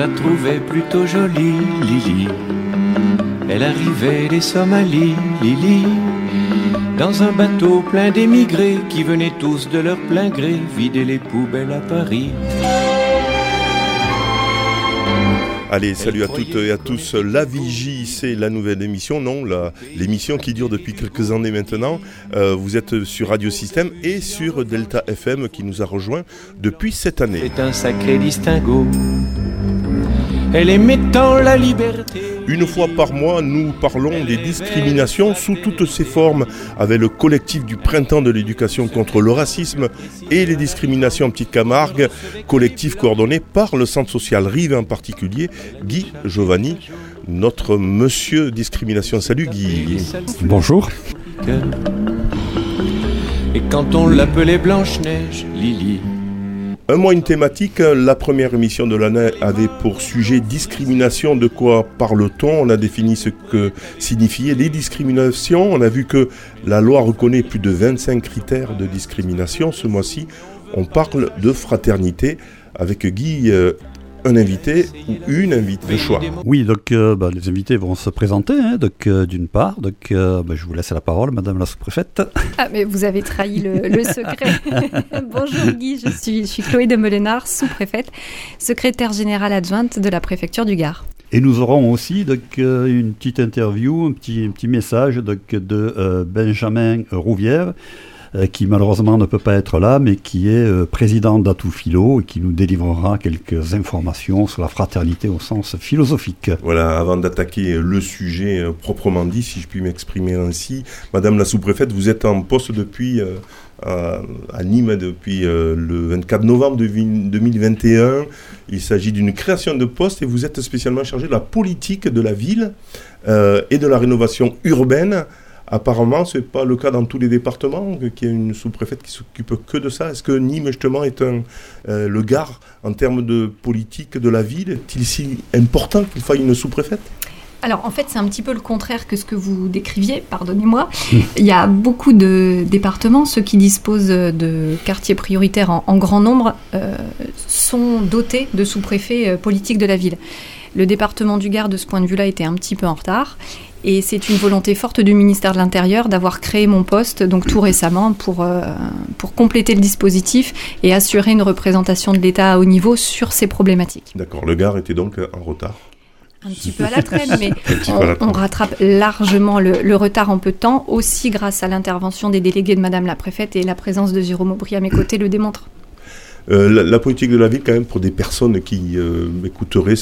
la trouvait plutôt jolie, Lily. Elle arrivait des Somalies, Lily, dans un bateau plein d'émigrés qui venaient tous de leur plein gré vider les poubelles à Paris. Allez, salut à toutes et à tous. La Vigie, c'est la nouvelle émission, non, l'émission qui dure depuis quelques années maintenant. Vous êtes sur Radio Système et sur Delta FM qui nous a rejoints depuis cette année. C'est un sacré distinguo. Elle aimait tant la liberté. Une fois par mois, nous parlons des discriminations sous toutes ses formes avec le collectif du Printemps de l'éducation contre le racisme et les discriminations en Petite Camargue, collectif coordonné par le Centre social Rive en particulier, Guy Giovanni, notre monsieur discrimination. Salut Guy. Bonjour. Et quand on l'appelait Blanche-Neige, Lily. Un mois, une thématique. La première émission de l'année avait pour sujet discrimination. De quoi parle-t-on ? On a défini ce que signifiaient les discriminations. On a vu que la loi reconnaît plus de 25 critères de discrimination. Ce mois-ci, on parle de fraternité avec Guy, un invité ou une invitée de choix. Oui, donc les invités vont se présenter. D'une part, je vous laisse la parole, Madame la sous-préfète. Ah, mais vous avez trahi le secret. Bonjour Guy, je suis Chloé de Melenard, sous-préfète, secrétaire générale adjointe de la préfecture du Gard. Et nous aurons aussi une petite interview, un petit message de Benjamin Rouvière, qui malheureusement ne peut pas être là, mais qui est président d'Atoufilo et qui nous délivrera quelques informations sur la fraternité au sens philosophique. Voilà, avant d'attaquer le sujet proprement dit, si je puis m'exprimer ainsi, Madame la sous-préfète, vous êtes en poste depuis à Nîmes depuis le 24 novembre 2021. Il s'agit d'une création de poste et vous êtes spécialement chargé de la politique de la ville et de la rénovation urbaine. Apparemment, ce n'est pas le cas dans tous les départements, qu'il y a une sous-préfète qui s'occupe que de ça. Est-ce que Nîmes, justement, est le Gard, en termes de politique de la ville, est-il si important qu'il faille une sous-préfète ? Alors, en fait, c'est un petit peu le contraire que ce que vous décriviez, pardonnez-moi. Il y a beaucoup de départements, ceux qui disposent de quartiers prioritaires en grand nombre, sont dotés de sous-préfets politiques de la ville. Le département du Gard, de ce point de vue-là, était un petit peu en retard. Et c'est une volonté forte du ministère de l'Intérieur d'avoir créé mon poste, donc tout récemment, pour compléter le dispositif et assurer une représentation de l'État à haut niveau sur ces problématiques. D'accord, le Gard était donc en retard. Un petit peu à la traîne, mais on rattrape largement le retard en peu de temps, aussi grâce à l'intervention des délégués de Madame la Préfète et la présence de Jérôme Aubry à mes côtés le démontre. La politique de la ville, quand même, pour des personnes qui écouteraient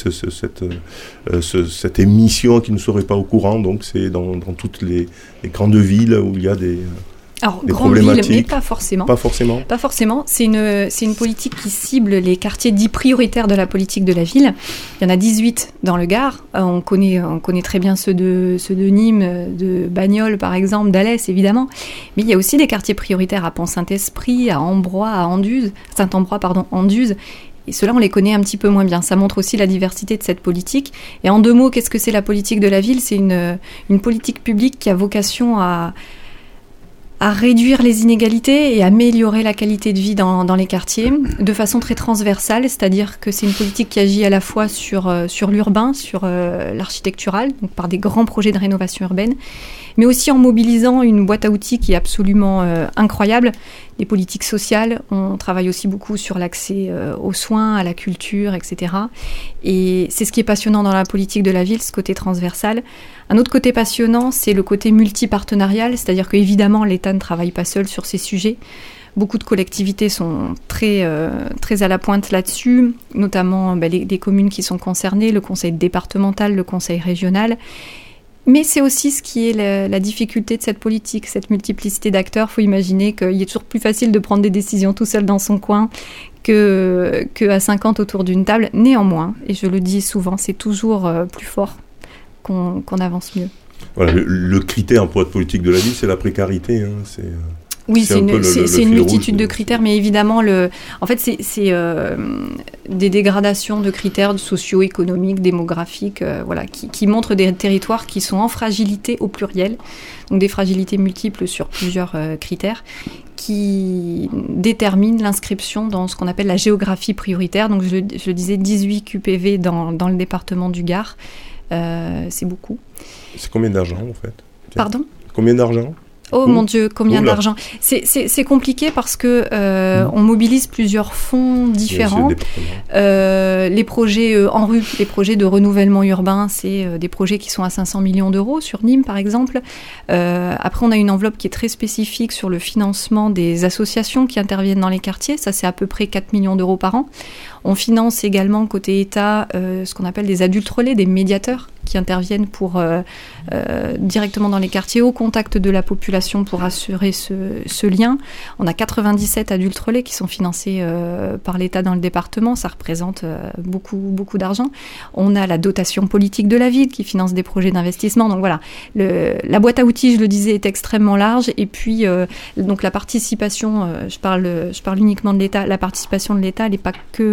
cette émission, qui ne seraient pas au courant, donc c'est dans toutes les grandes villes où il y a des problématiques. Ville, mais pas forcément. Pas forcément. Pas forcément. C'est une politique qui cible les quartiers dits prioritaires de la politique de la ville. Il y en a 18 dans le Gard. On connaît très bien ceux de Nîmes, de Bagnols par exemple, d'Alès évidemment. Mais il y a aussi des quartiers prioritaires à Pont-Saint-Esprit, à Ambroix, à Saint-Ambroix, Anduze. Et ceux-là, on les connaît un petit peu moins bien. Ça montre aussi la diversité de cette politique. Et en deux mots, qu'est-ce que c'est la politique de la ville ? C'est une politique publique qui a vocation à réduire les inégalités et améliorer la qualité de vie dans les quartiers de façon très transversale, c'est-à-dire que c'est une politique qui agit à la fois sur l'urbain, sur l'architectural, donc par des grands projets de rénovation urbaine, mais aussi en mobilisant une boîte à outils qui est absolument incroyable. Les politiques sociales, on travaille aussi beaucoup sur l'accès aux soins, à la culture, etc. Et c'est ce qui est passionnant dans la politique de la ville, ce côté transversal. Un autre côté passionnant, c'est le côté multipartenarial, c'est-à-dire qu'évidemment, l'État ne travaille pas seul sur ces sujets. Beaucoup de collectivités sont très à la pointe là-dessus, notamment les communes qui sont concernées, le conseil départemental, le conseil régional. Mais c'est aussi ce qui est la difficulté de cette politique, cette multiplicité d'acteurs. Il faut imaginer qu'il est toujours plus facile de prendre des décisions tout seul dans son coin qu'à 50 autour d'une table. Néanmoins, et je le dis souvent, c'est toujours plus fort qu'on avance mieux. Voilà, le critère pour être politique de la ville, c'est la précarité. Oui, c'est une multitude de critères, mais évidemment, en fait, c'est des dégradations de critères socio-économiques, démographiques, qui montrent des territoires qui sont en fragilité au pluriel, donc des fragilités multiples sur plusieurs critères, qui détermine l'inscription dans ce qu'on appelle la géographie prioritaire. Donc je le disais, 18 QPV dans le département du Gard. C'est beaucoup. C'est combien d'argent en fait ? Pardon ? Combien d'argent ? Oh mon Dieu, combien d'argent ? C'est compliqué parce que on mobilise plusieurs fonds différents. Les projets en rue, les projets de renouvellement urbain, c'est des projets qui sont à 500 millions d'euros sur Nîmes par exemple. Après, on a une enveloppe qui est très spécifique sur le financement des associations qui interviennent dans les quartiers. Ça, c'est à peu près 4 millions d'euros par an. On finance également côté État ce qu'on appelle des adultes relais, des médiateurs qui interviennent pour directement dans les quartiers au contact de la population pour assurer ce lien. On a 97 adultes relais qui sont financés par l'État dans le département. Ça représente beaucoup d'argent. On a la dotation politique de la ville qui finance des projets d'investissement. Donc voilà, la boîte à outils, je le disais, est extrêmement large. Et puis donc la participation, je parle uniquement de l'État. La participation de l'État, elle n'est pas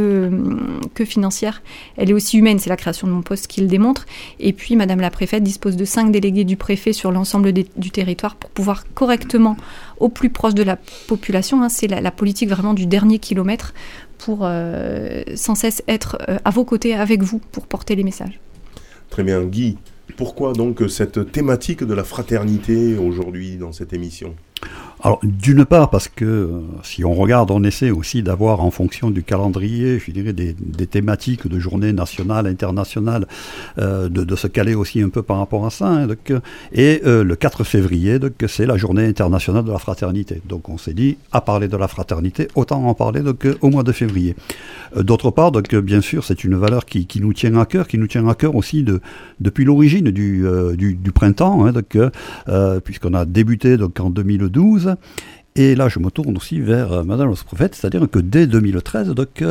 que financière, elle est aussi humaine. C'est la création de mon poste qui le démontre. Et puis, Madame la préfète dispose de 5 délégués du préfet sur l'ensemble du territoire pour pouvoir correctement, au plus proche de la population, c'est la politique vraiment du dernier kilomètre, pour sans cesse être à vos côtés, avec vous, pour porter les messages. Très bien. Guy, pourquoi donc cette thématique de la fraternité aujourd'hui dans cette émission ? Alors, d'une part, parce que si on regarde, on essaie aussi d'avoir, en fonction du calendrier, je dirais, des thématiques de journée nationale, internationale, de se caler aussi un peu par rapport à ça. Et le 4 février, c'est la journée internationale de la fraternité. Donc, on s'est dit, à parler de la fraternité, autant en parler au mois de février. D'autre part, bien sûr, c'est une valeur qui nous tient à cœur aussi depuis l'origine du printemps, puisqu'on a débuté en 2012. Et là, je me tourne aussi vers Madame la sous-préfète, c'est-à-dire que dès 2013,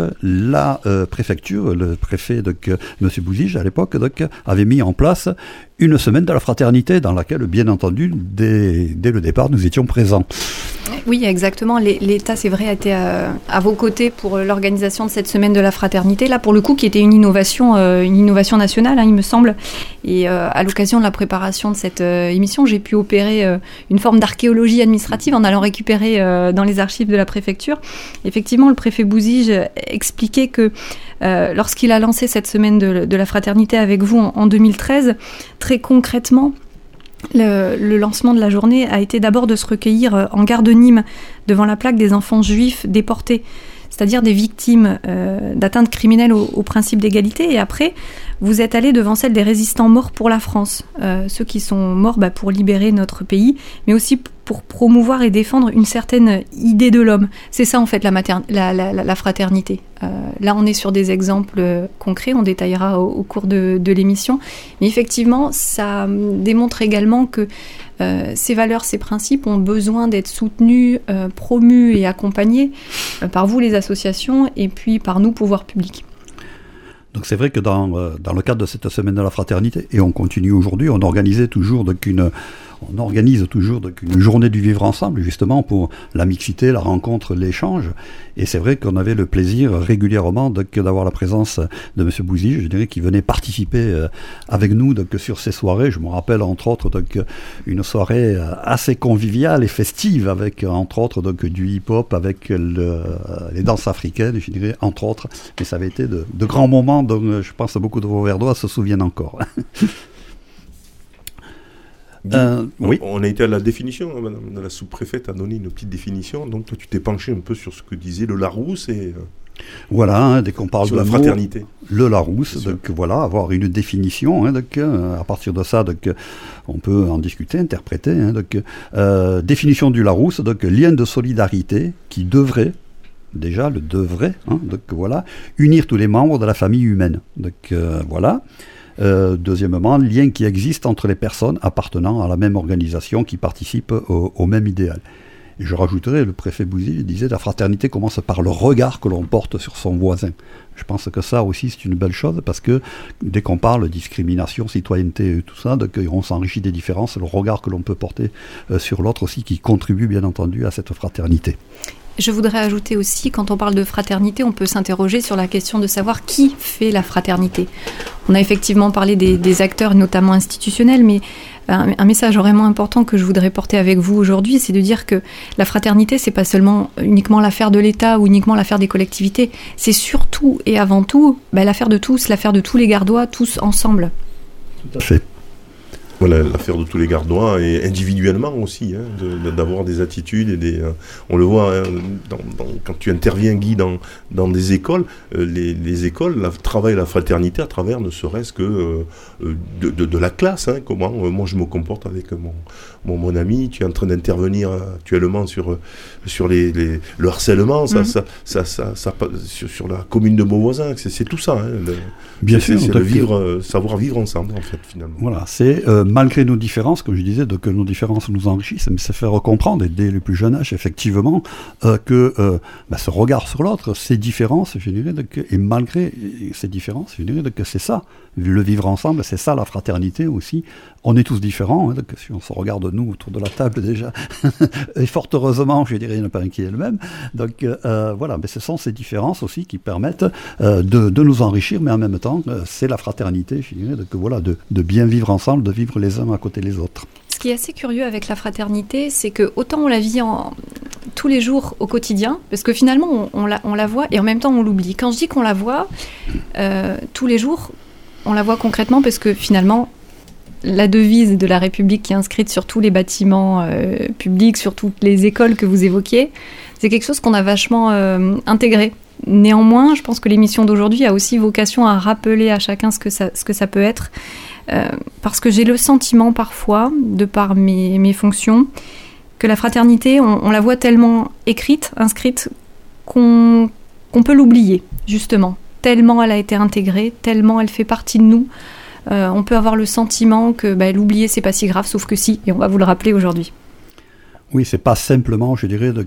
la préfecture, le préfet, M. Bouzige, à l'époque, avait mis en place une semaine de la fraternité dans laquelle, bien entendu, dès le départ, nous étions présents. Oui, exactement. L'État, c'est vrai, a été à vos côtés pour l'organisation de cette semaine de la fraternité. Là, pour le coup, qui était une innovation nationale, il me semble. Et à l'occasion de la préparation de cette émission, j'ai pu opérer une forme d'archéologie administrative en allant récupérer dans les archives de la préfecture. Effectivement, le préfet Bouzige expliquait que lorsqu'il a lancé cette semaine de la fraternité avec vous en 2013, très concrètement, le lancement de la journée a été d'abord de se recueillir en gare de Nîmes devant la plaque des enfants juifs déportés, c'est-à-dire des victimes d'atteintes criminelles au principe d'égalité. Et après, vous êtes allé devant celle des résistants morts pour la France, ceux qui sont morts pour libérer notre pays, mais aussi pour promouvoir et défendre une certaine idée de l'homme. C'est ça en fait la fraternité. Là, on est sur des exemples concrets, on détaillera au cours de l'émission. Mais effectivement, ça démontre également que ces valeurs, ces principes ont besoin d'être soutenus, promus et accompagnés par vous, les associations, et puis par nous, pouvoirs publics. Donc c'est vrai que dans le cadre de cette semaine de la fraternité, et on continue aujourd'hui, on organise toujours une journée du vivre ensemble, justement pour la mixité, la rencontre, l'échange. Et c'est vrai qu'on avait le plaisir régulièrement d'avoir la présence de M. Bouzige, je dirais, qui venait participer avec nous sur ces soirées. Je me rappelle entre autres une soirée assez conviviale et festive avec entre autres du hip-hop, avec les danses africaines, je dirais, entre autres. Mais ça avait été de grands moments dont je pense que beaucoup de vos verdois se souviennent encore. Oui. On a été à la définition, Madame la sous-préfète a donné une petite définition, donc toi tu t'es penché un peu sur ce que disait le Larousse et... Voilà, dès qu'on parle sur de la fraternité. Le Larousse, donc voilà, avoir une définition, à partir de ça, on peut en discuter, interpréter. Définition du Larousse, lien de solidarité qui devrait, déjà le devrait, unir tous les membres de la famille humaine. Voilà. Deuxièmement, lien qui existe entre les personnes appartenant à la même organisation qui participent au même idéal. Et je rajouterais, le préfet Bouzige disait, la fraternité commence par le regard que l'on porte sur son voisin. Je pense que ça aussi c'est une belle chose, parce que dès qu'on parle discrimination, citoyenneté et tout ça, on s'enrichit des différences, le regard que l'on peut porter sur l'autre aussi, qui contribue bien entendu à cette fraternité. Je voudrais ajouter aussi, quand on parle de fraternité, on peut s'interroger sur la question de savoir qui fait la fraternité. On a effectivement parlé des acteurs, notamment institutionnels, mais un message vraiment important que je voudrais porter avec vous aujourd'hui, c'est de dire que la fraternité, c'est pas seulement uniquement l'affaire de l'État ou uniquement l'affaire des collectivités, c'est surtout et avant tout l'affaire de tous, l'affaire de tous les Gardois, tous ensemble. Tout à fait. Voilà, l'affaire de tous les Gardois, et individuellement aussi, d'avoir des attitudes et on le voit quand tu interviens, Guy, dans des écoles, les écoles travaillent la fraternité à travers ne serait-ce que de la classe. Comment moi je me comporte avec mon ami. Tu es en train d'intervenir actuellement sur le harcèlement, sur la commune de Beauvoisin. C'est tout ça. Bien sûr, c'est savoir vivre ensemble, en fait, finalement. Voilà, c'est malgré nos différences, comme je disais, que nos différences nous enrichissent, mais c'est faire comprendre, et dès le plus jeune âge, effectivement, que ce regard sur l'autre, ces différences, je dirais, et malgré ces différences, je dirais que c'est ça, le vivre ensemble, c'est ça la fraternité aussi. On est tous différents, si on se regarde nous autour de la table déjà, et fort heureusement, je dirais, il n'y en a pas un qui est le même. Donc voilà, mais ce sont ces différences aussi qui permettent de nous enrichir, mais en même temps, c'est la fraternité, je dirais, de bien vivre ensemble, de vivre les uns à côté des autres. Ce qui est assez curieux avec la fraternité, c'est que autant on la vit tous les jours au quotidien, parce que finalement on la voit et en même temps on l'oublie. Quand je dis qu'on la voit tous les jours, on la voit concrètement parce que finalement la devise de la République qui est inscrite sur tous les bâtiments publics, sur toutes les écoles que vous évoquiez, c'est quelque chose qu'on a vachement intégré. Néanmoins, je pense que l'émission d'aujourd'hui a aussi vocation à rappeler à chacun ce que ça peut être. Parce que j'ai le sentiment parfois, de par mes fonctions, que la fraternité, on la voit tellement écrite, inscrite, qu'on peut l'oublier, justement. Tellement elle a été intégrée, tellement elle fait partie de nous. On peut avoir le sentiment que l'oublier, c'est pas si grave, sauf que si, et on va vous le rappeler aujourd'hui. Oui, c'est pas simplement, je dirais,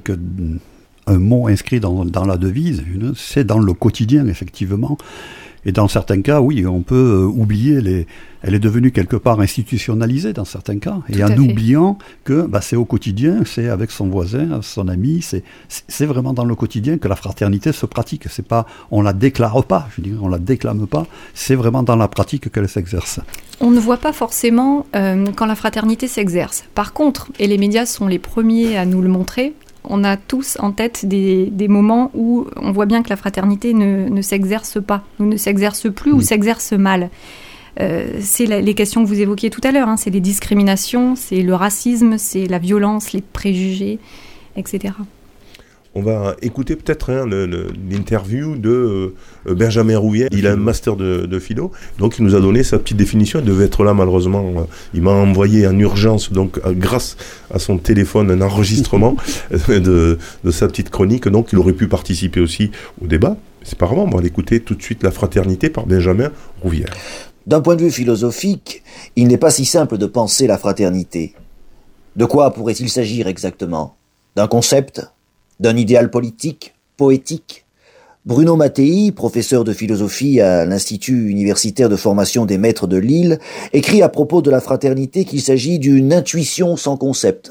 un mot inscrit dans la devise, c'est dans le quotidien, effectivement. Et dans certains cas, oui, on peut oublier, elle est devenue quelque part institutionnalisée dans certains cas, et en oubliant que c'est au quotidien, c'est avec son voisin, son ami, c'est vraiment dans le quotidien que la fraternité se pratique. C'est pas, on la déclare pas, je dirais, on la déclame pas, c'est vraiment dans la pratique qu'elle s'exerce. On ne voit pas forcément quand la fraternité s'exerce. Par contre, et les médias sont les premiers à nous le montrer, on a tous en tête des moments où on voit bien que la fraternité ne s'exerce pas, ou ne s'exerce plus, ou s'exerce mal. C'est les questions que vous évoquiez tout à l'heure, c'est les discriminations, c'est le racisme, c'est la violence, les préjugés, etc. On va écouter peut-être l'interview de Benjamin Rouvière. Il a un master de philo, donc il nous a donné sa petite définition. Il devait être là malheureusement. Il m'a envoyé en urgence, donc grâce à son téléphone, un enregistrement de sa petite chronique. Donc il aurait pu participer aussi au débat. C'est pas grave, on va l'écouter tout de suite, La fraternité par Benjamin Rouvière. D'un point de vue philosophique, il n'est pas si simple de penser la fraternité. De quoi pourrait-il s'agir exactement ? D'un concept ? D'un idéal politique, poétique ? Bruno Mattei, professeur de philosophie à l'Institut universitaire de formation des maîtres de Lille, écrit à propos de la fraternité qu'il s'agit d'une intuition sans concept.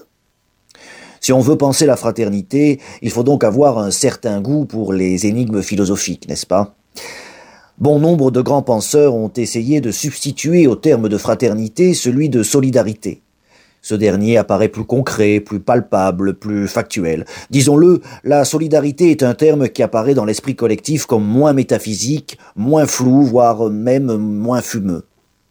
Si on veut penser la fraternité, il faut donc avoir un certain goût pour les énigmes philosophiques, n'est-ce pas ? Bon nombre de grands penseurs ont essayé de substituer au terme de fraternité celui de solidarité. Ce dernier apparaît plus concret, plus palpable, plus factuel. Disons-le, la solidarité est un terme qui apparaît dans l'esprit collectif comme moins métaphysique, moins flou, voire même moins fumeux.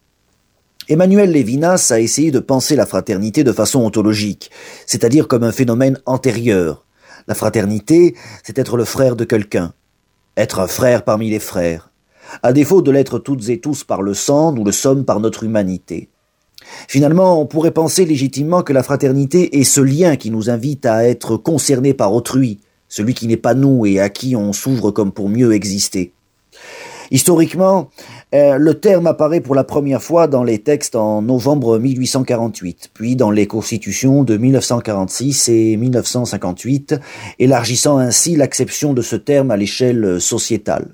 Emmanuel Lévinas a essayé de penser la fraternité de façon ontologique, c'est-à-dire comme un phénomène antérieur. La fraternité, c'est être le frère de quelqu'un, être un frère parmi les frères. À défaut de l'être toutes et tous par le sang, nous le sommes par notre humanité. Finalement, on pourrait penser légitimement que la fraternité est ce lien qui nous invite à être concernés par autrui, celui qui n'est pas nous et à qui on s'ouvre comme pour mieux exister. Historiquement, le terme apparaît pour la première fois dans les textes en novembre 1848, puis dans les constitutions de 1946 et 1958, élargissant ainsi l'acception de ce terme à l'échelle sociétale.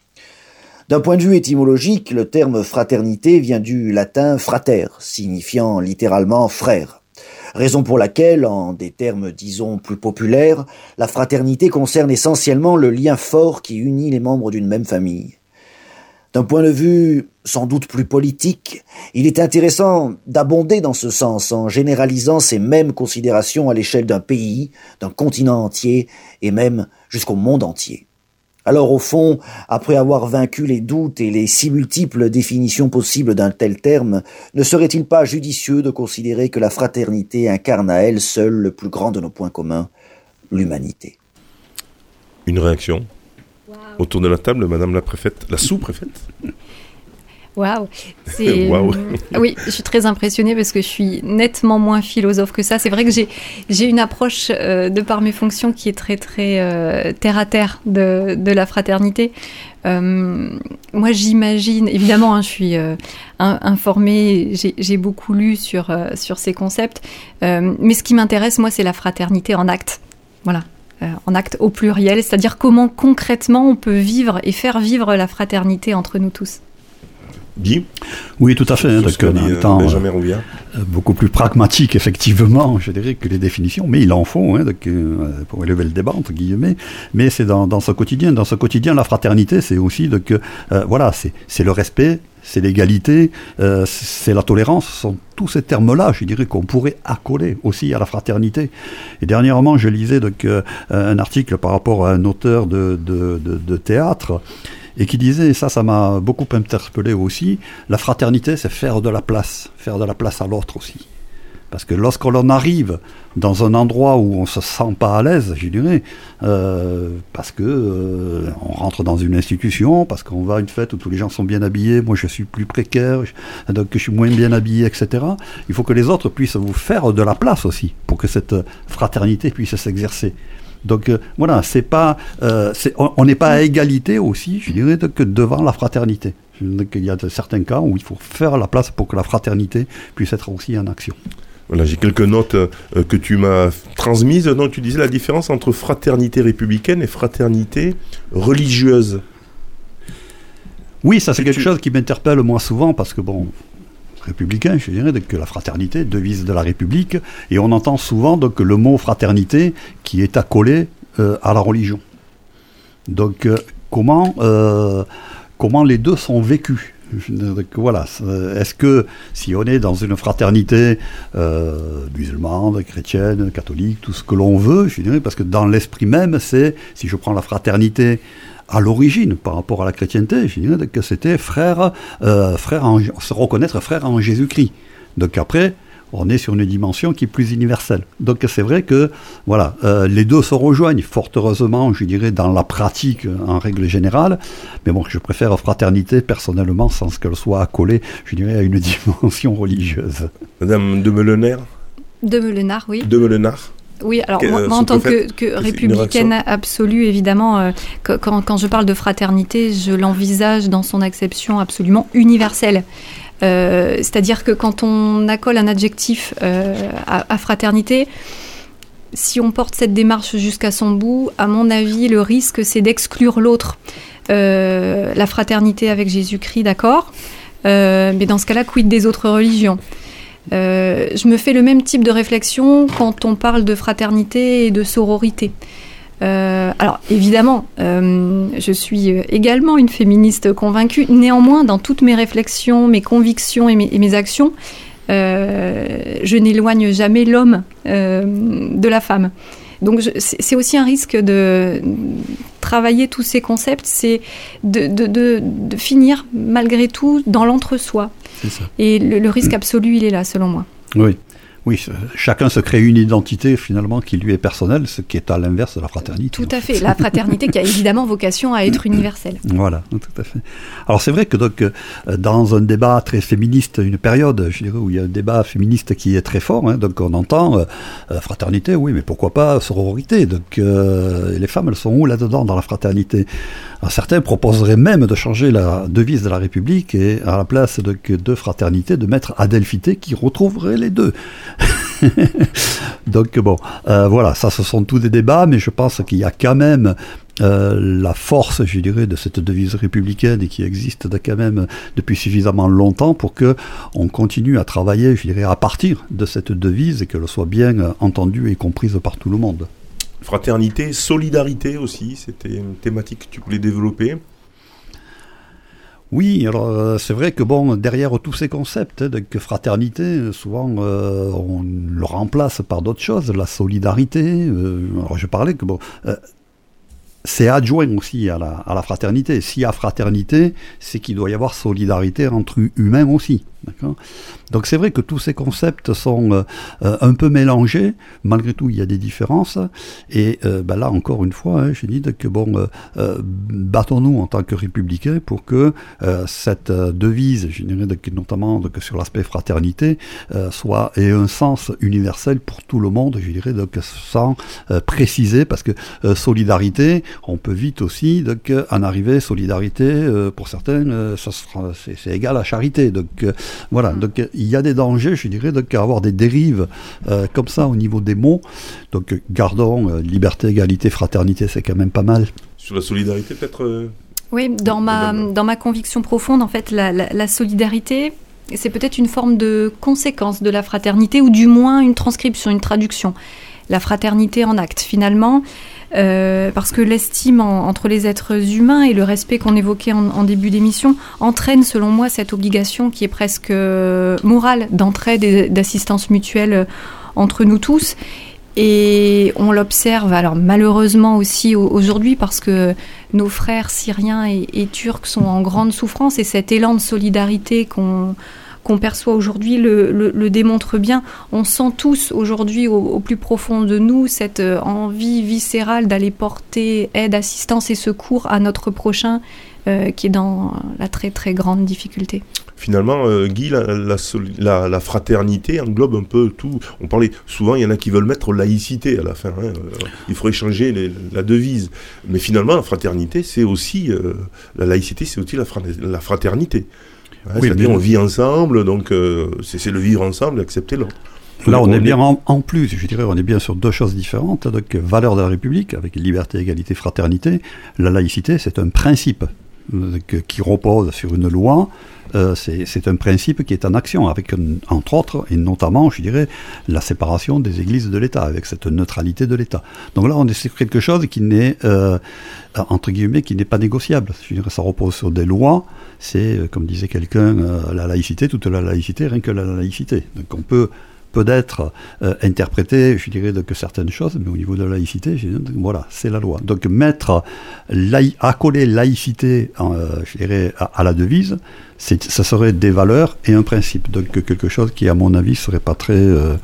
D'un point de vue étymologique, le terme fraternité vient du latin frater, signifiant littéralement frère. raison pour laquelle, en des termes disons plus populaires, la fraternité concerne essentiellement le lien fort qui unit les membres d'une même famille. D'un point de vue sans doute plus politique, il est intéressant d'abonder dans ce sens en généralisant ces mêmes considérations à l'échelle d'un pays, d'un continent entier et même jusqu'au monde entier. Alors au fond, après avoir vaincu les doutes et les si multiples définitions possibles d'un tel terme, ne serait-il pas judicieux de considérer que la fraternité incarne à elle seule le plus grand de nos points communs, l'humanité? Une réaction autour de la table, Madame la préfète, la sous-préfète. Waouh, Wow. Oui, je suis très impressionnée parce que je suis nettement moins philosophe que ça. C'est vrai que j'ai une approche de par mes fonctions qui est très très terre à terre de la fraternité. Moi, j'imagine, évidemment, je suis informée, j'ai beaucoup lu sur ces concepts, mais ce qui m'intéresse, moi, c'est la fraternité en acte. Voilà. En acte au pluriel, c'est-à-dire comment concrètement on peut vivre et faire vivre la fraternité entre nous tous. Guy ? Oui, tout à fait. Donc, en même temps, Benjamin Rouvière. Beaucoup plus pragmatique, effectivement, je dirais, que les définitions. Mais il en faut, pour élever le débat, entre guillemets. Mais c'est dans ce quotidien. Dans ce quotidien, la fraternité, c'est aussi c'est le respect, c'est l'égalité, c'est la tolérance. Ce sont tous ces termes-là, je dirais, qu'on pourrait accoler aussi à la fraternité. Et dernièrement, je lisais un article par rapport à un auteur de théâtre, et qui disait, et ça m'a beaucoup interpellé aussi, la fraternité, c'est faire de la place à l'autre aussi. Parce que lorsqu'on arrive dans un endroit où on ne se sent pas à l'aise, je dirais, parce que on rentre dans une institution, parce qu'on va à une fête où tous les gens sont bien habillés, moi je suis plus précaire, donc je suis moins bien habillé, etc. Il faut que les autres puissent vous faire de la place aussi, pour que cette fraternité puisse s'exercer. Donc voilà, on n'est pas à égalité aussi, je dirais, que devant la fraternité. Il y a certains cas où il faut faire la place pour que la fraternité puisse être aussi en action. Voilà, j'ai quelques notes que tu m'as transmises. Donc tu disais la différence entre fraternité républicaine et fraternité religieuse. Oui, ça c'est quelque chose qui m'interpelle moi souvent parce que républicain, je dirais, que la fraternité, devise de la République, et on entend souvent donc le mot fraternité qui est accolé à la religion. Donc comment les deux sont vécus? Voilà, est-ce que si on est dans une fraternité musulmane, chrétienne, catholique, tout ce que l'on veut, je dirais, parce que dans l'esprit même, si je prends la fraternité à l'origine, par rapport à la chrétienté, je dirais que c'était se reconnaître frère en Jésus-Christ. Donc après, on est sur une dimension qui est plus universelle. Donc c'est vrai que les deux se rejoignent, fort heureusement, je dirais, dans la pratique en règle générale. Mais je préfère fraternité personnellement sans qu'elle soit accolée, je dirais, à une dimension religieuse. Madame de Meulenard ? De Meulenard, oui. De Meulenard. Oui, alors moi en tant que républicaine absolue, évidemment, quand je parle de fraternité, je l'envisage dans son acception absolument universelle. C'est-à-dire que quand on accole un adjectif à fraternité, si on porte cette démarche jusqu'à son bout, à mon avis, le risque, c'est d'exclure l'autre. La fraternité avec Jésus-Christ, d'accord, mais dans ce cas-là, quid des autres religions ? Je me fais le même type de réflexion quand on parle de fraternité et de sororité. Alors évidemment, je suis également une féministe convaincue. Néanmoins, dans toutes mes réflexions, mes convictions et mes actions, je n'éloigne jamais l'homme de la femme. Donc c'est aussi un risque de travailler tous ces concepts, c'est de finir malgré tout dans l'entre-soi. C'est ça. Et le risque absolu, il est là, selon moi. Oui, chacun se crée une identité finalement qui lui est personnelle, ce qui est à l'inverse de la fraternité. Tout à fait, la fraternité qui a évidemment vocation à être universelle. Voilà, tout à fait. Alors c'est vrai que dans un débat très féministe, une période, je dirais, où il y a un débat féministe qui est très fort, donc on entend fraternité, oui, mais pourquoi pas sororité? Donc les femmes, elles sont où là-dedans dans la fraternité? Alors, certains proposeraient même de changer la devise de la République et à la place de fraternité, de mettre adelphité qui retrouverait les deux. Donc voilà, ça ce sont tous des débats, mais je pense qu'il y a quand même la force, je dirais, de cette devise républicaine et qui existe quand même depuis suffisamment longtemps pour que on continue à travailler, je dirais, à partir de cette devise et qu'elle soit bien entendue et comprise par tout le monde. Fraternité, solidarité aussi, c'était une thématique que tu voulais développer. Oui, alors c'est vrai que derrière tous ces concepts de fraternité, souvent on le remplace par d'autres choses, la solidarité. Alors je parlais que c'est adjoint aussi à la fraternité. S'il y a fraternité, c'est qu'il doit y avoir solidarité entre humains aussi. D'accord ? Donc c'est vrai que tous ces concepts sont un peu mélangés. Malgré tout, il y a des différences. Et là, encore une fois, je dis que battons-nous en tant que républicains pour que cette devise, je dirais notamment sur l'aspect fraternité, ait un sens universel pour tout le monde, je dirais, sans préciser, parce que solidarité, on peut vite aussi en arriver, solidarité, pour certains, c'est égal à charité. Donc voilà, donc il y a des dangers, je dirais, à avoir des dérives comme ça au niveau des mots. Donc gardons liberté, égalité, fraternité, c'est quand même pas mal. Sur la solidarité, peut-être Oui, dans ma conviction profonde, en fait, la solidarité, c'est peut-être une forme de conséquence de la fraternité, ou du moins une transcription, une traduction. La fraternité en acte, finalement, parce que l'estime entre les êtres humains et le respect qu'on évoquait en début d'émission entraîne, selon moi, cette obligation qui est presque morale d'entraide et d'assistance mutuelle entre nous tous. Et on l'observe, alors malheureusement aussi aujourd'hui, parce que nos frères syriens et turcs sont en grande souffrance, et cet élan de solidarité qu'on perçoit aujourd'hui le démontre bien. On sent tous aujourd'hui au plus profond de nous cette envie viscérale d'aller porter aide, assistance et secours à notre prochain qui est dans la très très grande difficulté. Finalement, Guy, la fraternité englobe un peu tout. On parlait souvent, il y en a qui veulent mettre laïcité à la fin. Il faudrait changer la devise. Mais finalement, la fraternité, c'est aussi la laïcité, c'est aussi la fraternité. C'est-à-dire, on vit ensemble, donc c'est le vivre ensemble, accepter l'autre. Là, on est bien en plus, je dirais, on est bien sur deux choses différentes. Donc, valeurs de la République, avec liberté, égalité, fraternité. La laïcité, c'est un principe qui repose sur une loi. C'est un principe qui est en action, avec, entre autres, et notamment, je dirais, la séparation des églises de l'État, avec cette neutralité de l'État. Donc là, on est sur quelque chose qui n'est, entre guillemets, qui n'est pas négociable. Je dirais, ça repose sur des lois. C'est, comme disait quelqu'un, la laïcité, toute la laïcité, rien que la laïcité. Donc on peut peut-être interpréter, je dirais, que certaines choses, mais au niveau de la laïcité, voilà, c'est la loi. Donc accoler laïcité, je dirais, à la devise, ça serait des valeurs et un principe. Donc quelque chose qui, à mon avis, serait pas très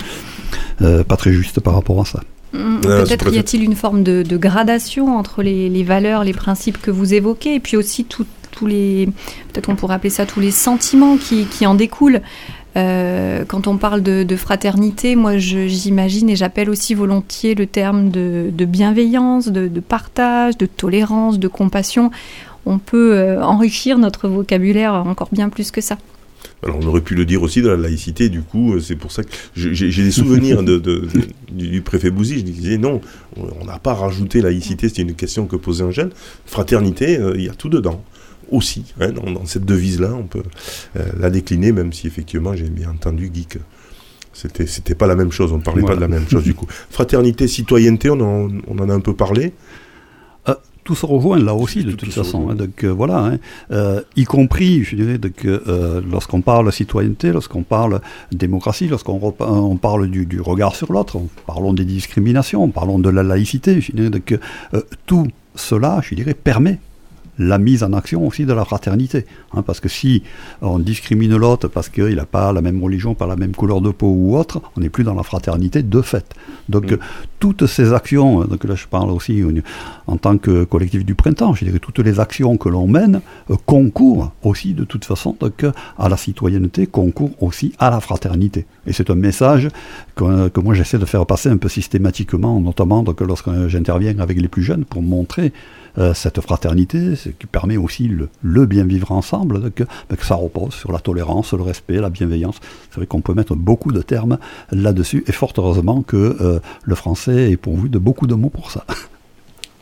juste par rapport à ça. Peut-être y a-t-il une forme de gradation entre les valeurs, les principes que vous évoquez, et puis aussi tous les, peut-être on pourrait appeler ça tous les sentiments qui en découlent. Quand on parle de fraternité, moi j'imagine et j'appelle aussi volontiers le terme de bienveillance, de partage, de tolérance, de compassion. On peut enrichir notre vocabulaire encore bien plus que ça. Alors on aurait pu le dire aussi de la laïcité, du coup, c'est pour ça que j'ai des souvenirs du préfet Bouzy. Je disais non, on n'a pas rajouté laïcité, c'était une question que posait un jeune. Fraternité, il y a tout dedans. Aussi, dans cette devise-là, on peut la décliner, même si effectivement j'ai bien entendu Guy que c'était pas la même chose, on ne parlait pas de la même chose du coup. Fraternité, citoyenneté, on en a un peu parlé. Tout se rejoint là aussi de toute façon. Donc voilà, y compris, je dirais, lorsqu'on parle citoyenneté, lorsqu'on parle démocratie, lorsqu'on parle du regard sur l'autre, parlons des discriminations, parlons de la laïcité, je dirais, tout cela, je dirais, permet la mise en action aussi de la fraternité. Parce que si on discrimine l'autre parce qu'il n'a pas la même religion, pas la même couleur de peau ou autre, on n'est plus dans la fraternité de fait. Donc toutes ces actions, donc là je parle aussi en tant que collectif du printemps, je dirais toutes les actions que l'on mène concourent aussi de toute façon à la citoyenneté, concourent aussi à la fraternité. Et c'est un message que moi j'essaie de faire passer un peu systématiquement, notamment lorsque j'interviens avec les plus jeunes pour montrer cette fraternité, ce qui permet aussi le bien vivre ensemble, que ça repose sur la tolérance, le respect, la bienveillance. C'est vrai qu'on peut mettre beaucoup de termes là-dessus, et fort heureusement que le français est pourvu de beaucoup de mots pour ça.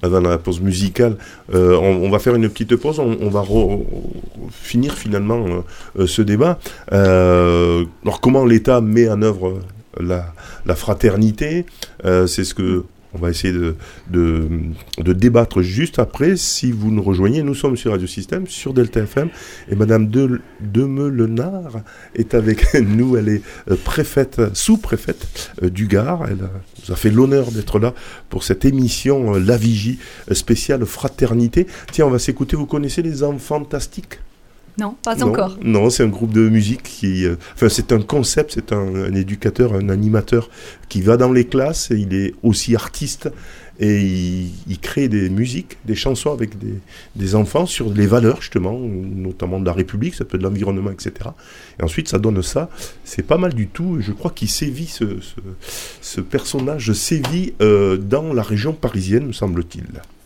avant la pause musicale. On va faire une petite pause, on va finir finalement ce débat. Alors comment l'État met en œuvre la fraternité, c'est ce que on va essayer de débattre juste après. Si vous nous rejoignez, nous sommes sur Radio Système, sur Delta FM, et Madame Demeulenard est avec nous. Elle est sous-préfète du Gard. Elle nous a fait l'honneur d'être là pour cette émission La Vigie spéciale fraternité. Tiens, on va s'écouter. Vous connaissez les Enfantastiques ? Non, pas encore. Non, c'est un groupe de musique c'est un concept, c'est un éducateur, un animateur qui va dans les classes, et il est aussi artiste, et il crée des musiques, des chansons avec des enfants sur les valeurs, justement, notamment de la République, ça peut être de l'environnement, etc. Et ensuite, ça donne ça. C'est pas mal du tout. Je crois qu'il sévit, ce personnage sévit dans la région parisienne, me semble-t-il.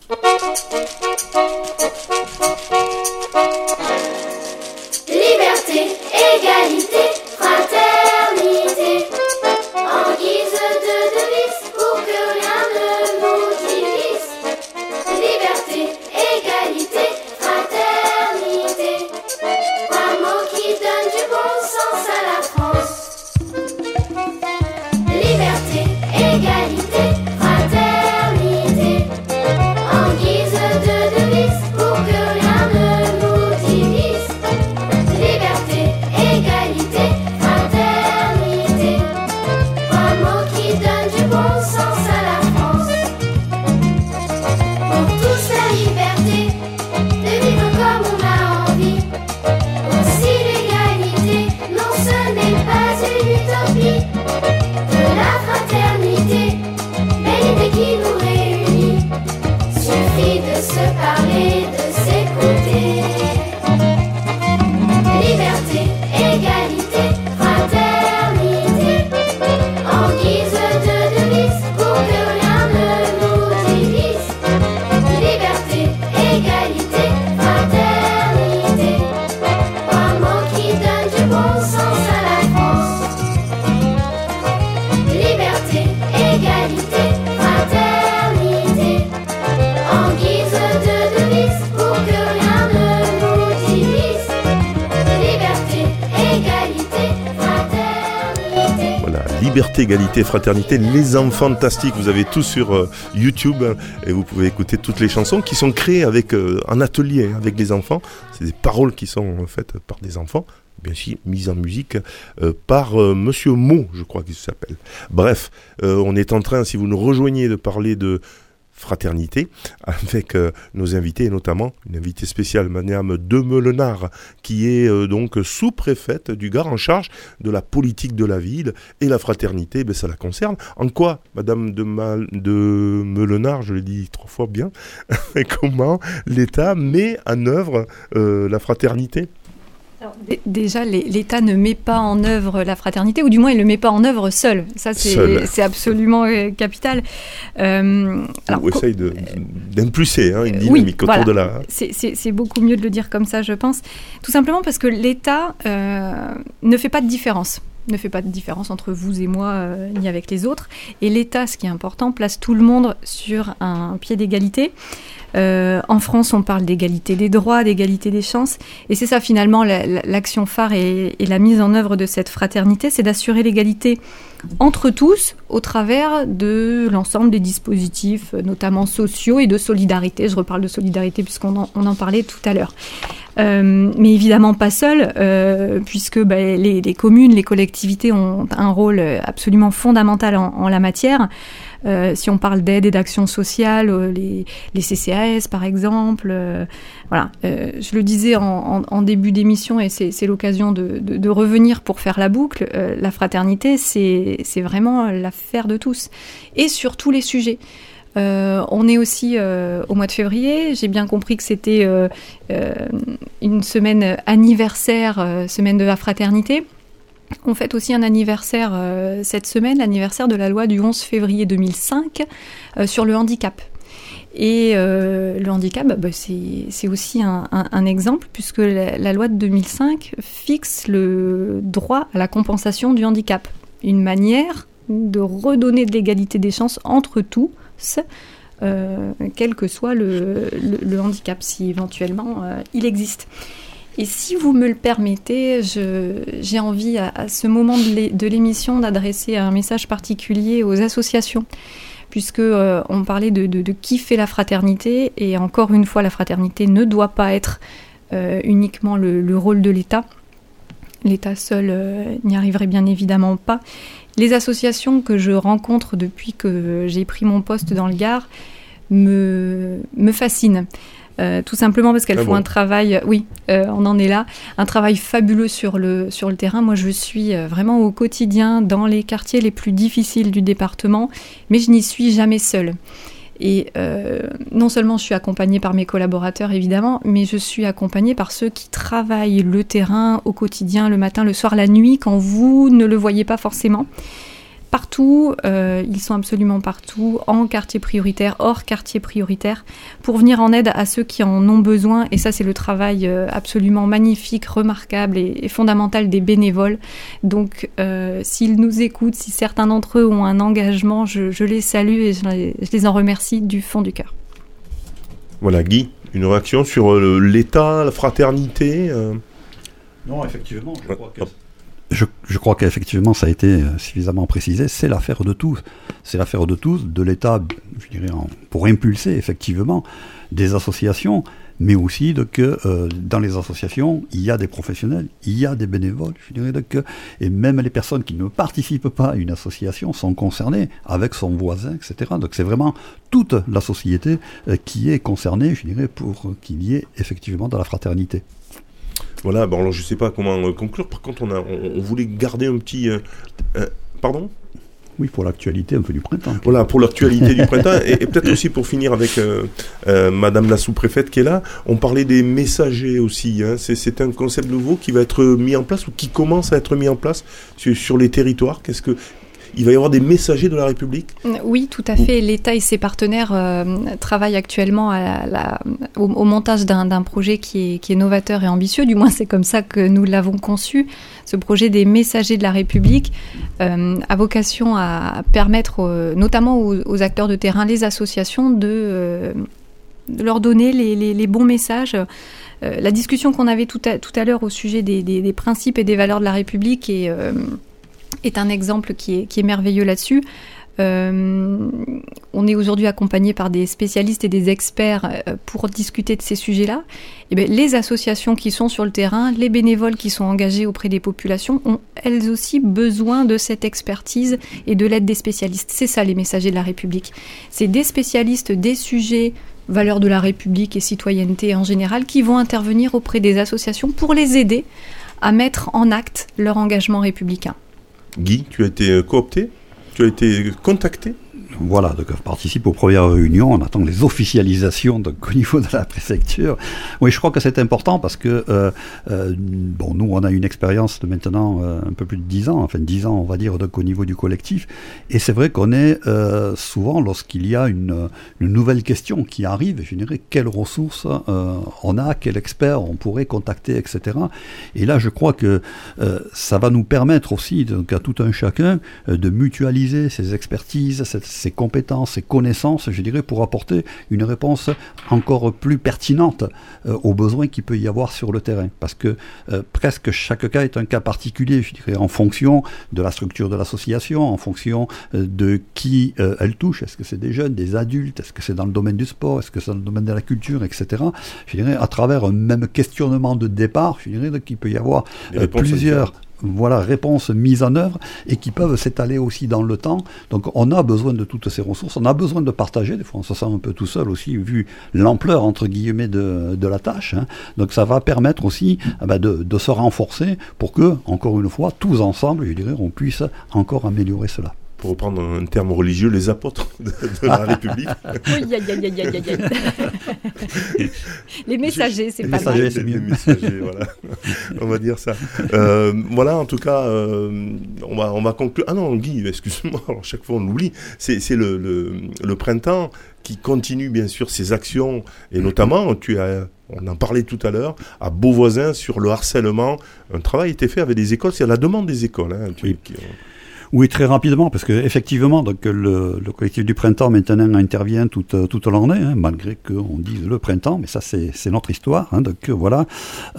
Égalité, fraternité, en guise de devise pour que rien ne nous divise. Liberté, égalité, fraternité, un mot qui donne du bon sens à la France. Liberté, égalité, fraternité, en guise de devise pour que rien ne nous divise. Liberté, égalité, fraternité, un mot qui donne du bon sens à la France. Pour tous la liberté de vivre comme on a envie. Aussi l'égalité, non ce n'est pas une utopie. De la fraternité, belle idée qui nous réunit. Suffit de se parler, de s'écouter. Liberté, égalité, fraternité, en guise de devise pour que rien ne nous divise. Liberté, égalité, fraternité, un mot qui donne du bon sens à la France. Liberté, égalité, fraternité, en guise de devise pour que rien ne nous divise. Liberté, égalité, fraternité. Voilà, liberté, égalité, fraternité, les Enfantastiques, vous avez tout sur YouTube, et vous pouvez écouter toutes les chansons qui sont créées en atelier avec les enfants. C'est des paroles qui sont faites par des enfants, bien sûr mises en musique par Monsieur Mo, je crois qu'il s'appelle. Bref, on est en train, si vous nous rejoignez, de parler de fraternité avec nos invités, et notamment une invitée spéciale, Madame Demeulenard, qui est donc sous-préfète du Gard, en charge de la politique de la ville, et la fraternité, ça la concerne. En quoi, Madame Demeulenard, je l'ai dit 3 fois bien, comment l'État met en œuvre la fraternité ? Alors, déjà, l'État ne met pas en œuvre la fraternité, ou du moins il ne le met pas en œuvre seul. Ça, c'est absolument capital. On essaye d'impulser une dynamique autour de la... C'est beaucoup mieux de le dire comme ça, je pense. Tout simplement parce que l'État ne fait pas de différence. Ne fait pas de différence entre vous et moi, ni avec les autres. Et l'État, ce qui est important, place tout le monde sur un pied d'égalité. En France, on parle d'égalité des droits, d'égalité des chances. Et c'est ça, finalement, l'action phare et la mise en œuvre de cette fraternité, c'est d'assurer l'égalité entre tous au travers de l'ensemble des dispositifs, notamment sociaux et de solidarité. Je reparle de solidarité puisqu'on en parlait tout à l'heure. Mais évidemment pas seul, puisque les communes, les collectivités ont un rôle absolument fondamental en la matière. Si on parle d'aide et d'action sociale, les CCAS par exemple, voilà. Je le disais en début d'émission, et c'est l'occasion de revenir pour faire la boucle. La fraternité, c'est vraiment l'affaire de tous, et sur tous les sujets. On est aussi au mois de février. J'ai bien compris que c'était une semaine anniversaire, semaine de la fraternité. On fête aussi un anniversaire cette semaine, l'anniversaire de la loi du 11 février 2005 sur le handicap. Et le handicap, c'est aussi un exemple, puisque la loi de 2005 fixe le droit à la compensation du handicap. Une manière de redonner de l'égalité des chances entre tous, quel que soit le handicap, si éventuellement il existe. Et si vous me le permettez, j'ai envie à ce moment de l'émission d'adresser un message particulier aux associations, puisque on parlait de qui fait la fraternité, et encore une fois, la fraternité ne doit pas être uniquement le rôle de l'État. L'État seul n'y arriverait bien évidemment pas. Les associations que je rencontre depuis que j'ai pris mon poste dans le Gard me fascinent. Tout simplement parce qu'elles font un travail, on en est là, un travail fabuleux sur le terrain. Moi, je suis vraiment au quotidien dans les quartiers les plus difficiles du département, mais je n'y suis jamais seule. Et non seulement je suis accompagnée par mes collaborateurs, évidemment, mais je suis accompagnée par ceux qui travaillent le terrain au quotidien, le matin, le soir, la nuit, quand vous ne le voyez pas forcément. Partout, ils sont absolument partout, en quartier prioritaire, hors quartier prioritaire, pour venir en aide à ceux qui en ont besoin. Et ça, c'est le travail absolument magnifique, remarquable et fondamental des bénévoles. Donc, s'ils nous écoutent, si certains d'entre eux ont un engagement, je les salue et je les en remercie du fond du cœur. Voilà, Guy, une réaction sur l'État, la fraternité Non, effectivement, je crois qu'effectivement, ça a été suffisamment précisé, c'est l'affaire de tous. C'est l'affaire de tous, de l'État, je dirais, pour impulser effectivement des associations, mais aussi que dans les associations, il y a des professionnels, il y a des bénévoles, je dirais, et même les personnes qui ne participent pas à une association sont concernées avec son voisin, etc. Donc c'est vraiment toute la société qui est concernée, je dirais, pour qu'il y ait effectivement de la fraternité. Voilà, bon, alors je ne sais pas comment conclure. Par contre, on voulait garder un petit... pardon ? Oui, pour l'actualité un peu du printemps. Voilà, pour l'actualité du printemps. Et peut-être aussi pour finir avec Madame la sous-préfète qui est là. On parlait des messagers aussi. Hein. C'est un concept nouveau qui va être mis en place ou qui commence à être mis en place sur les territoires. Il va y avoir des messagers de la République ? Oui, tout à fait. L'État et ses partenaires travaillent actuellement au montage d'un projet qui est novateur et ambitieux. Du moins, c'est comme ça que nous l'avons conçu. Ce projet des messagers de la République a vocation à permettre, notamment aux acteurs de terrain, les associations, de leur donner les bons messages. La discussion qu'on avait tout à l'heure au sujet des principes et des valeurs de la République est un exemple qui est merveilleux là-dessus. On est aujourd'hui accompagné par des spécialistes et des experts pour discuter de ces sujets-là. Et bien, les associations qui sont sur le terrain, les bénévoles qui sont engagés auprès des populations ont elles aussi besoin de cette expertise et de l'aide des spécialistes. C'est ça les messagers de la République. C'est des spécialistes des sujets valeurs de la République et citoyenneté en général qui vont intervenir auprès des associations pour les aider à mettre en acte leur engagement républicain. Guy, tu as été coopté ? Tu as été contacté ? Voilà, donc on participe aux premières réunions, on attend les officialisations donc, au niveau de la préfecture. Oui, je crois que c'est important parce que, nous, on a une expérience de maintenant un peu plus de 10 ans, enfin 10 ans, on va dire, donc, au niveau du collectif. Et c'est vrai qu'on est souvent, lorsqu'il y a une nouvelle question qui arrive, je dirais, quelles ressources on a, quel expert on pourrait contacter, etc. Et là, je crois que ça va nous permettre aussi, donc, à tout un chacun, de mutualiser ses expertises, ses compétences, ses connaissances, je dirais, pour apporter une réponse encore plus pertinente aux besoins qu'il peut y avoir sur le terrain. Parce que presque chaque cas est un cas particulier, je dirais, en fonction de la structure de l'association, en fonction de qui elle touche. Est-ce que c'est des jeunes, des adultes, est-ce que c'est dans le domaine du sport, est-ce que c'est dans le domaine de la culture, etc. Je dirais, à travers un même questionnement de départ, je dirais qu'il peut y avoir plusieurs... réponses mises en œuvre et qui peuvent s'étaler aussi dans le temps. Donc on a besoin de toutes ces ressources, on a besoin de partager, des fois on se sent un peu tout seul aussi vu l'ampleur entre guillemets de la tâche. Hein. Donc ça va permettre aussi de se renforcer pour que, encore une fois, tous ensemble, je dirais, on puisse encore améliorer cela. Pour reprendre un terme religieux, les apôtres de la République. Les messagers, c'est pas mal. Les messagers, voilà. On va dire ça. Voilà, en tout cas, on va conclure. Ah non, Guy, excuse-moi, alors chaque fois on l'oublie. C'est le printemps qui continue bien sûr ses actions, et notamment, on en parlait tout à l'heure, à Beauvoisin sur le harcèlement. Un travail a été fait avec des écoles, c'est à la demande des écoles. Hein, Oui, très rapidement, parce que effectivement, donc le collectif du printemps maintenant intervient toute l'année, hein, malgré qu'on dise le printemps, mais ça c'est notre histoire. Hein, donc voilà.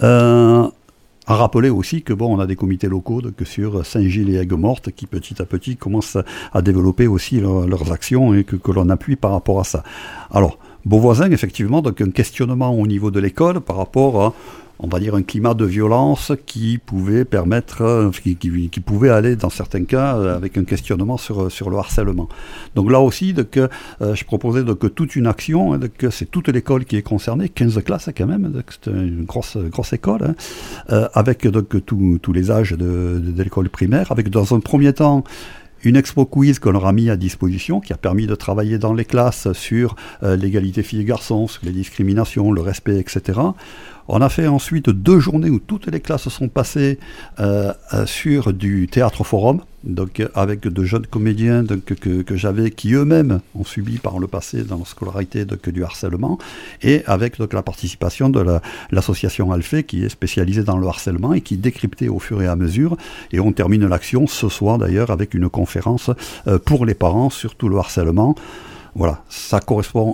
À rappeler aussi que on a des comités locaux donc, sur Saint-Gilles et Aigues-Mortes qui petit à petit commencent à développer aussi leurs actions et que l'on appuie par rapport à ça. Alors, Beauvoisin, effectivement, donc un questionnement au niveau de l'école par rapport à, on va dire, un climat de violence qui pouvait permettre, qui pouvait aller dans certains cas avec un questionnement sur le harcèlement. Donc là aussi, donc, je proposais donc toute une action, hein, donc, c'est toute l'école qui est concernée, 15 classes quand même, donc c'est une grosse école, hein, avec donc tous les âges de l'école primaire, avec dans un premier temps une expo quiz qu'on leur a mis à disposition, qui a permis de travailler dans les classes sur l'égalité filles et garçons, sur les discriminations, le respect, etc. On a fait ensuite 2 journées où toutes les classes sont passées sur du théâtre forum, donc avec de jeunes comédiens donc, que j'avais, qui eux-mêmes ont subi par le passé dans la scolarité donc, du harcèlement, et avec donc, la participation de l'association Alphée qui est spécialisée dans le harcèlement et qui décryptait au fur et à mesure. Et on termine l'action ce soir d'ailleurs avec une conférence pour les parents sur tout le harcèlement. Voilà, ça correspond...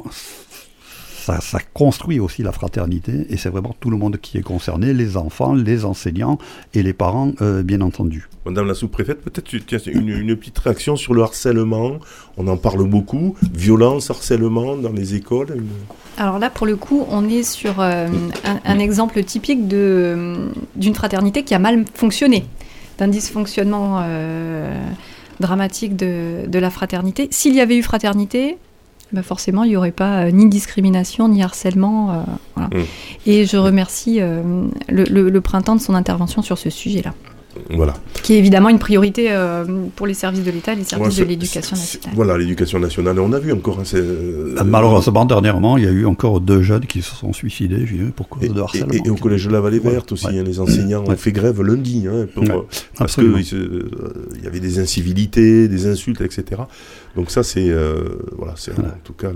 Ça construit aussi la fraternité, et c'est vraiment tout le monde qui est concerné, les enfants, les enseignants et les parents, bien entendu. Madame la sous-préfète, peut-être une petite réaction sur le harcèlement. On en parle beaucoup. Violence, harcèlement dans les écoles. Alors là, pour le coup, on est sur un exemple typique d'une fraternité qui a mal fonctionné, d'un dysfonctionnement dramatique de la fraternité. S'il y avait eu fraternité, forcément, il n'y aurait pas ni discrimination, ni harcèlement. Voilà. Et je remercie le printemps de son intervention sur ce sujet-là. Voilà. Qui est évidemment une priorité pour les services de l'État et les services de l'éducation nationale. Voilà, l'éducation nationale. On a vu encore... malheureusement, dernièrement, il y a eu encore 2 jeunes qui se sont suicidés pour cause de harcèlement. Et au collège de la Vallée Verte aussi, hein, les enseignants ont fait grève lundi, hein, parce qu'il y avait des incivilités, des insultes, etc. Donc ça, c'est en tout cas...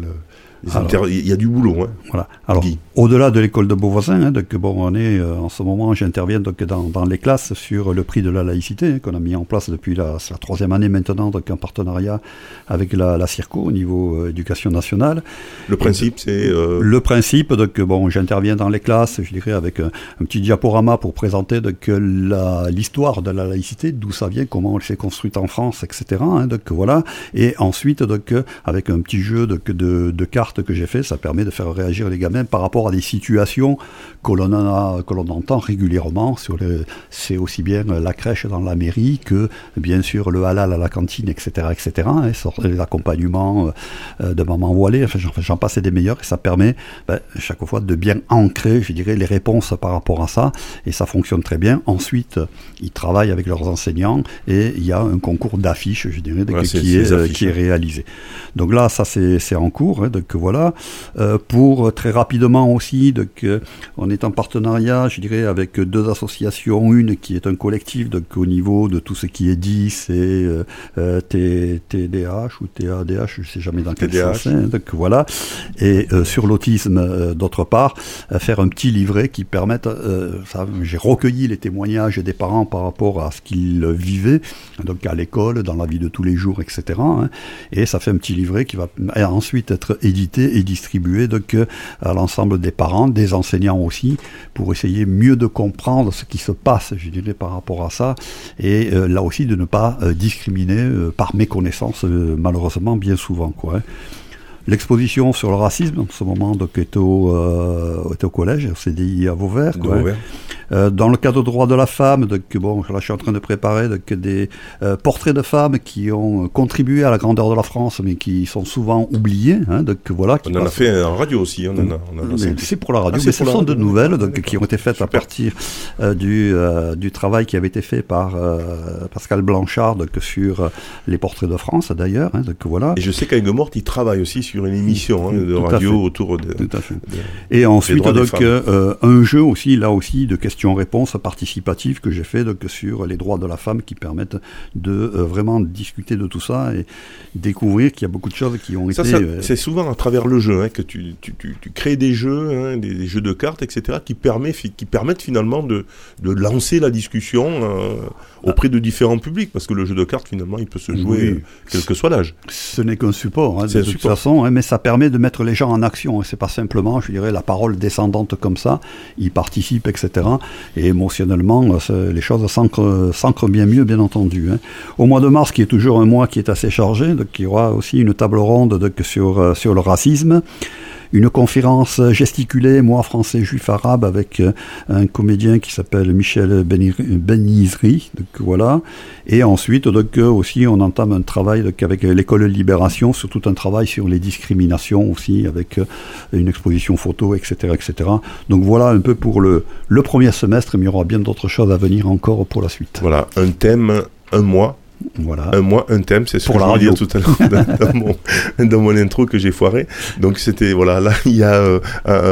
il y a du boulot. Hein. Voilà. Alors, au-delà de l'école de Beauvoisin, hein, donc, on est en ce moment, j'interviens donc, dans les classes sur le prix de la laïcité, hein, qu'on a mis en place depuis la 3e année maintenant, donc, en partenariat avec la CIRCO au niveau éducation nationale. Le principe, c'est... Le principe, donc, j'interviens dans les classes, je dirais, avec un petit diaporama pour présenter donc, l'histoire de la laïcité, d'où ça vient, comment elle s'est construite en France, etc. Hein, donc, voilà. Et ensuite, donc, avec un petit jeu de cartes que j'ai fait, ça permet de faire réagir les gamins par rapport à des situations que l'on entend régulièrement. C'est aussi bien la crèche dans la mairie que, bien sûr, le halal à la cantine, etc., etc. Les accompagnements de maman voilée, j'en passe et des meilleurs, et ça permet chaque fois de bien ancrer, je dirais, les réponses par rapport à ça, et ça fonctionne très bien. Ensuite, ils travaillent avec leurs enseignants, et il y a un concours d'affiches, je dirais, qui est réalisé. Donc là, ça c'est en cours, hein, donc voilà. Pour très rapidement aussi, donc, on est en partenariat, je dirais, avec 2 associations. Une qui est un collectif donc, au niveau de tout ce qui est dit, c'est TDH ou TADH, je ne sais jamais dans quel sens c'est. Donc voilà. Et sur l'autisme, d'autre part, faire un petit livret qui permette, j'ai recueilli les témoignages des parents par rapport à ce qu'ils vivaient, donc à l'école, dans la vie de tous les jours, etc. Hein, et ça fait un petit livret qui va ensuite être édité et distribué donc, à l'ensemble des parents, des enseignants aussi, pour essayer mieux de comprendre ce qui se passe, je dirais, par rapport à ça, et là aussi de ne pas discriminer par méconnaissance, malheureusement, bien souvent, quoi. Hein. L'exposition sur le racisme, en ce moment, donc, est au collège, au CDI à Vauvert. Quoi, dans le cadre de droit de la femme, donc, là, je suis en train de préparer donc, des portraits de femmes qui ont contribué à la grandeur de la France, mais qui sont souvent oubliés. Hein, donc, voilà, on en a fait en radio aussi. C'est pour la radio, mais ce sont de nouvelles donc, qui ont été faites à partir du travail qui avait été fait par Pascal Blanchard donc, sur les portraits de France, d'ailleurs. Hein, donc, voilà. Et je sais qu'à Aigues-Mortes, il travaille aussi sur une émission de radio autour de... Tout à fait. Et ensuite, donc, un jeu aussi, là aussi, de questions questions-réponses participatives que j'ai fait donc, sur les droits de la femme qui permettent de vraiment discuter de tout ça et découvrir qu'il y a beaucoup de choses qui ont été... C'est souvent à travers le jeu que tu crées des jeux, des jeux de cartes, etc., qui permettent finalement de lancer la discussion auprès de différents publics, parce que le jeu de cartes, finalement, il peut se jouer quel que soit l'âge. Ce n'est qu'un support, de toute façon, mais ça permet de mettre les gens en action. C'est pas simplement, je dirais, la parole descendante comme ça. Ils participent, etc. Et émotionnellement, les choses s'ancrent bien mieux, bien entendu. Au mois de mars, qui est toujours un mois qui est assez chargé, donc il y aura aussi une table ronde donc, sur le racisme. Une conférence gesticulée, moi français juif arabe, avec un comédien qui s'appelle Michel Benizri, donc voilà. Et ensuite, donc aussi, on entame un travail donc, avec l'école Libération, sur tout un travail sur les discriminations aussi, avec une exposition photo, etc., etc. Donc voilà un peu pour le premier semestre, mais il y aura bien d'autres choses à venir encore pour la suite. Voilà, un thème, un mois. Voilà. Un mois, un thème, c'est ce que je voulais dire tout à l'heure dans mon intro que j'ai foiré. Donc c'était, voilà, là il y a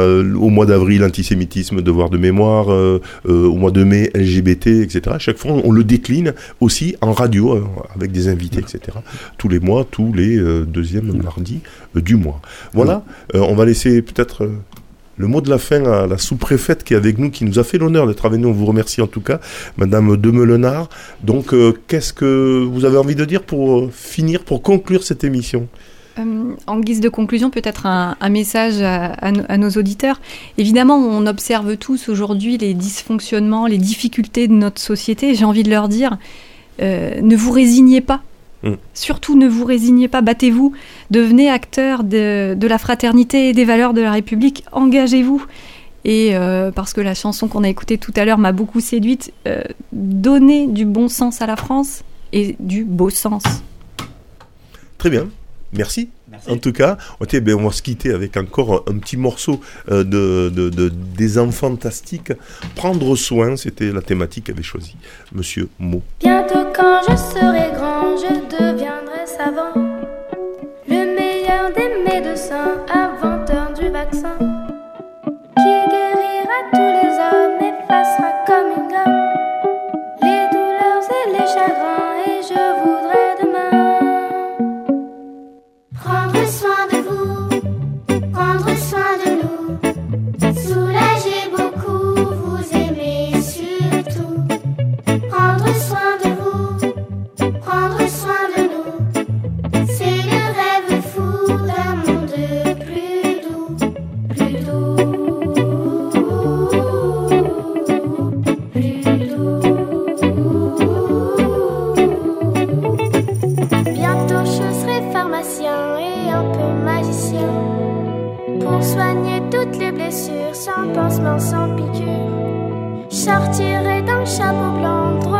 au mois d'avril, antisémitisme, devoir de mémoire, au mois de mai, LGBT, etc. À chaque fois, on le décline aussi en radio, avec des invités, etc. Tous les mois, tous les deuxièmes mardis du mois. Voilà, on va laisser peut-être... le mot de la fin à la sous-préfète qui est avec nous, qui nous a fait l'honneur d'être avec nous. On vous remercie en tout cas, Madame Demelenard. Donc, qu'est-ce que vous avez envie de dire pour finir, pour conclure cette émission ? En guise de conclusion, peut-être un message à nos auditeurs. Évidemment, on observe tous aujourd'hui les dysfonctionnements, les difficultés de notre société. J'ai envie de leur dire, ne vous résignez pas. Surtout ne vous résignez pas, battez-vous, devenez acteur de la fraternité et des valeurs de la République, engagez-vous. Et parce que la chanson qu'on a écoutée tout à l'heure m'a beaucoup séduite, donnez du bon sens à la France et du beau sens. Très bien, merci. En tout cas, on va se quitter avec encore un petit morceau des enfants fantastiques. Prendre soin, c'était la thématique qu'avait choisie Monsieur Mo. Bientôt quand je serai grand, je deviendrai savant, le meilleur des médecins, inventeur du vaccin, qui guérira tous les hommes, effacera comme une gomme les douleurs et les chagrins, et je voudrais demain prendre soin de vous, prendre soin de nous, soulager beaucoup, vous aimer surtout, prendre soin de vous, prendre soin de nous, c'est le rêve fou d'un monde plus doux, plus doux, plus doux. Bientôt je serai pharmacien et un peu magicien, pour soigner toutes les blessures, sans pansement, sans piqûre. Je sortirai d'un chapeau blanc,